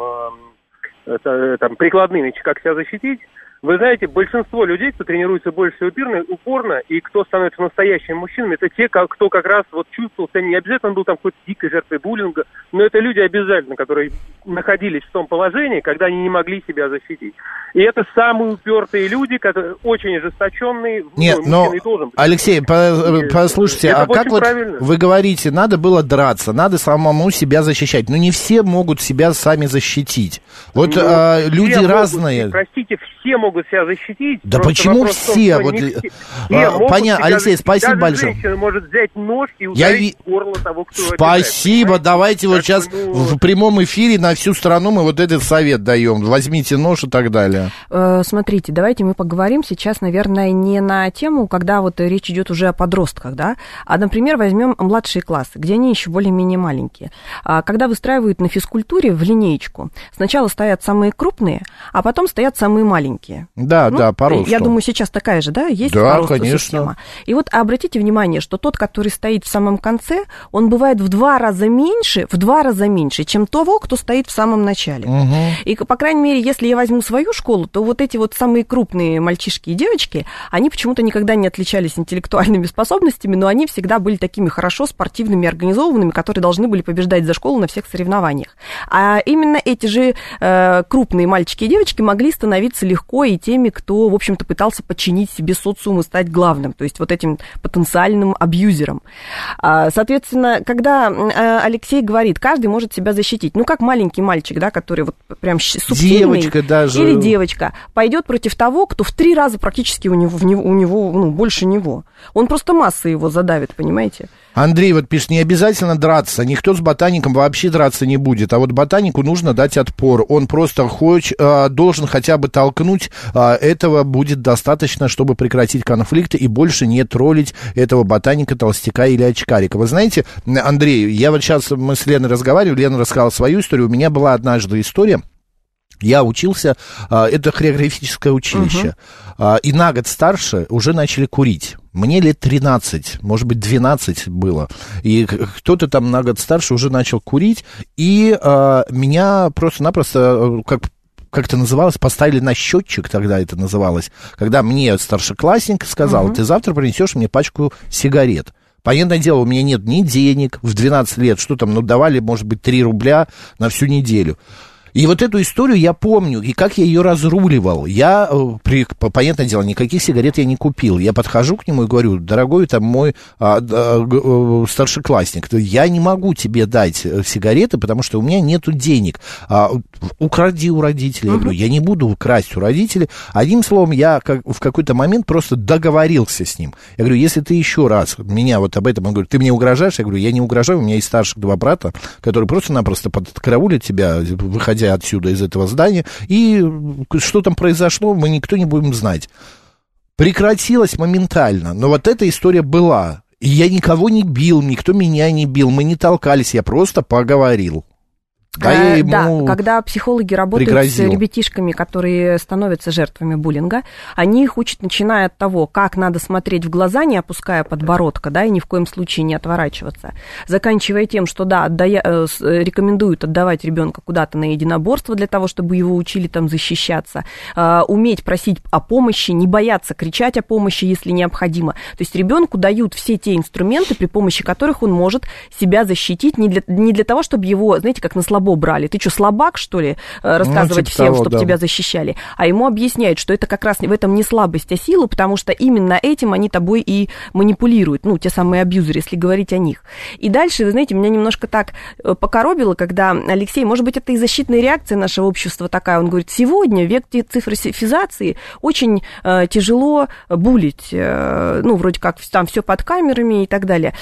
прикладными, как себя защитить, вы знаете, большинство людей, кто тренируется больше упорно, и кто становится настоящими мужчинами, это те, кто как раз чувствовал себя, не обязательно был какой-то дикой жертвой буллинга, но это люди обязательно, которые находились в том положении, когда они не могли себя защитить. И это самые упертые люди, которые очень ожесточенные. Нет, но, Алексей, послушайте, а как вы говорите, надо было драться, надо самому себя защищать, но не все могут себя сами защитить. Люди разные. Простите, все могут себя защитить. Да почему все? Понятно, Алексей, спасибо большое. Женщина может взять нож и ударить в горло того, кто Спасибо, обижает. Давайте сейчас в прямом эфире на всю страну мы этот совет даем. Возьмите нож и так далее. Смотрите, давайте мы поговорим сейчас, наверное, не на тему, когда речь идет уже о подростках, да, а, например, возьмем младшие классы, где они еще более-менее маленькие. Когда выстраивают на физкультуре в линеечку, сначала стоят самые крупные, а потом стоят самые маленькие. Да, по росту. Я думаю, сейчас такая же, да, есть по росту система. И обратите внимание, что тот, который стоит в самом конце, он бывает в 2 раза меньше, чем того, кто стоит в самом начале. Угу. И, по крайней мере, если я возьму свою школу, то эти самые крупные мальчишки и девочки, они почему-то никогда не отличались интеллектуальными способностями, но они всегда были такими хорошо спортивными, организованными, которые должны были побеждать за школу на всех соревнованиях. А именно эти же крупные мальчики и девочки могли становиться легко легко и теми, кто, в общем-то, пытался подчинить себе социум и стать главным, то есть вот этим потенциальным абьюзером. Соответственно, когда Алексей говорит, каждый может себя защитить, ну, как маленький мальчик, да, который вот прям субтильный, девочка даже. Или девочка, пойдет против того, кто в 3 раза практически у него ну, больше него. Он просто масса его задавит, понимаете? Андрей вот пишет, не обязательно драться, никто с ботаником вообще драться не будет, а вот ботанику нужно дать отпор, он просто должен хотя бы толкнуть, этого будет достаточно, чтобы прекратить конфликты и больше не троллить этого ботаника, толстяка или очкарика. Вы знаете, Андрей, я вот сейчас, мы с Леной разговаривали, Лена рассказала свою историю, у меня была однажды история. Я учился, это хореографическое училище, и на год старше уже начали курить. Мне лет 13, может быть, 12 было. И кто-то там на год старше уже начал курить, и меня просто-напросто, как это называлось, поставили на счетчик, тогда это называлось, когда мне старшеклассник сказал, ты завтра принесешь мне пачку сигарет. Понятное дело, у меня нет ни денег в 12 лет, что там, ну, давали, может быть, 3 рубля на всю неделю. И вот эту историю я помню, и как я ее разруливал. Понятное дело, никаких сигарет я не купил. Я подхожу к нему и говорю, дорогой там мой старшеклассник, я не могу тебе дать сигареты, потому что у меня нету денег. Укради у родителей. Я говорю, я не буду красть у родителей. Одним словом, я в какой-то момент просто договорился с ним. Я говорю, если ты еще раз меня вот об этом, он говорит, ты мне угрожаешь? Я говорю, я не угрожаю, у меня есть старших 2 брата, которые просто-напросто подкараулят тебя, выходя отсюда, из этого здания, и что там произошло, мы никто не будем знать. Прекратилось моментально, но вот эта история была. И я никого не бил, никто меня не бил, мы не толкались, я просто поговорил. Да, когда психологи работают с ребятишками, которые становятся жертвами буллинга, они их учат, начиная от того, как надо смотреть в глаза, не опуская подбородка, да, и ни в коем случае не отворачиваться, заканчивая тем, что, да, рекомендуют отдавать ребенка куда-то на единоборство для того, чтобы его учили там защищаться, уметь просить о помощи, не бояться кричать о помощи, если необходимо. То есть ребенку дают все те инструменты, при помощи которых он может себя защитить, не для того, чтобы его, знаете, как на слабо брали. Ты что, слабак, что ли, рассказывать всем, чтобы тебя защищали? А ему объясняют, что это как раз в этом не слабость, а сила, потому что именно этим они тобой и манипулируют, ну, те самые абьюзеры, если говорить о них. И дальше, вы знаете, меня немножко так покоробило, когда Алексей, может быть, это и защитная реакция нашего общества такая, он говорит, сегодня, в век цифровизации, очень тяжело булить, ну, вроде как там все под камерами и так далее.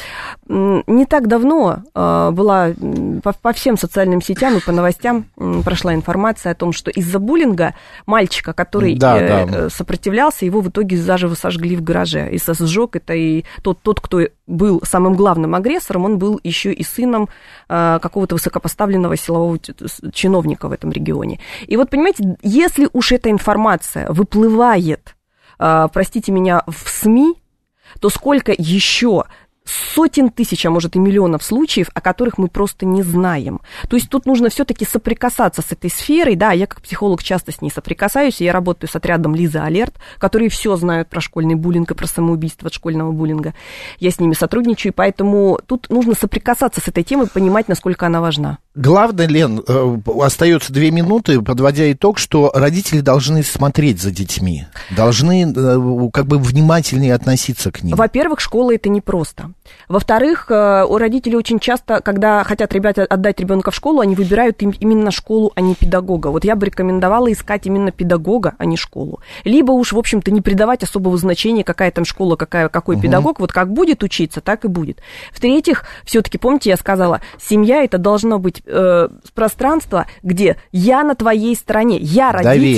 Не так давно была по всем социальным сетям и по новостям прошла информация о том, что из-за буллинга мальчика, который сопротивлялся, его в итоге заживо сожгли в гараже. И сжег это и тот, кто был самым главным агрессором, он был еще и сыном какого-то высокопоставленного силового чиновника в этом регионе. И вот, понимаете, если уж эта информация выплывает, простите меня, в СМИ, то сколько еще сотен тысяч, а может и миллионов случаев, о которых мы просто не знаем. То есть тут нужно все-таки соприкасаться с этой сферой. Да, я как психолог часто с ней соприкасаюсь, я работаю с отрядом Лиза Алерт, которые все знают про школьный буллинг и про самоубийство от школьного буллинга. Я с ними сотрудничаю, поэтому тут нужно соприкасаться с этой темой, понимать, насколько она важна. Главное, Лен, остается 2 минуты, подводя итог, что родители должны смотреть за детьми, должны как бы внимательнее относиться к ним. Во-первых, школа это непросто. Во-вторых, у родителей очень часто, когда хотят ребята отдать ребенка в школу, они выбирают именно школу, а не педагога. Вот я бы рекомендовала искать именно педагога, а не школу. Либо уж, в общем-то, не придавать особого значения, какая там школа, какой педагог. Вот как будет учиться, так и будет. В-третьих, все-таки, помните, я сказала, семья это должно быть пространство, где я на твоей стороне, я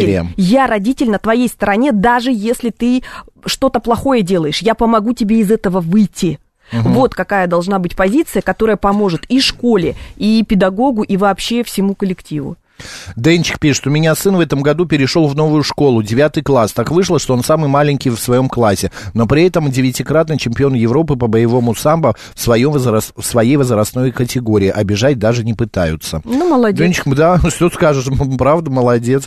родитель на твоей стороне, даже если ты что-то плохое делаешь, я помогу тебе из этого выйти. Вот какая должна быть позиция, которая поможет и школе, и педагогу, и вообще всему коллективу. Денчик пишет, у меня сын в этом году перешел в новую школу, 9 класс. Так вышло, что он самый маленький в своем классе, но при этом 9-кратный чемпион Европы по боевому самбо в своей возрастной категории. Обижать даже не пытаются. Ну, молодец. Денчик, да, что скажешь, правда, молодец.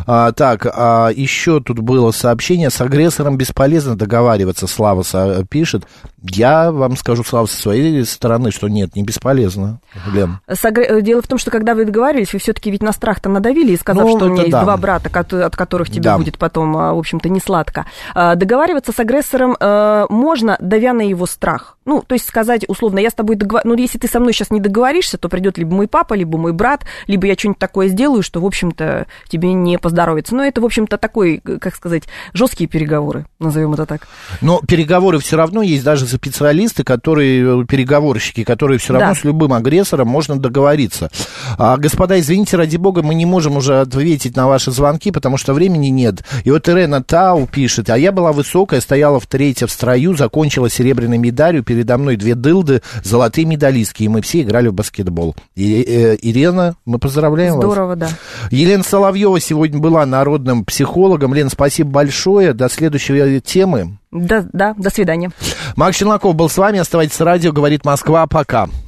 Еще тут было сообщение, с агрессором бесполезно договариваться, Слава пишет. Я вам скажу, Слава, со своей стороны, что нет, не бесполезно, Лен. Дело в том, что когда вы договаривались, вы все-таки ведь настаивали страх-то надавили и сказав, что у меня есть два брата, от которых тебе будет потом, в общем-то, не сладко. Договариваться с агрессором можно, давя на его страх. Ну, то есть сказать, условно, я с тобой ну, если ты со мной сейчас не договоришься, то придет либо мой папа, либо мой брат, либо я что-нибудь такое сделаю, что, в общем-то, тебе не поздоровится. Но это, в общем-то, такой, как сказать, жесткие переговоры, назовем это так. Но переговоры все равно есть, даже специалисты, переговорщики, которые все равно с любым агрессором можно договориться. Господа, извините, ради бога, мы не можем уже ответить на ваши звонки, потому что времени нет. И вот Ирена Тау пишет: а я была высокая, стояла в третьем в строю, закончила серебряной медалью, передо мной 2 дылды, золотые медалистки, и мы все играли в баскетбол. Ирена, мы поздравляем вас. Здорово, да. Елена Соловьева сегодня была народным психологом. Лена, спасибо большое. До следующей темы. Да, до свидания. Макс Челноков был с вами. Оставайтесь с радио. Говорит Москва. Пока.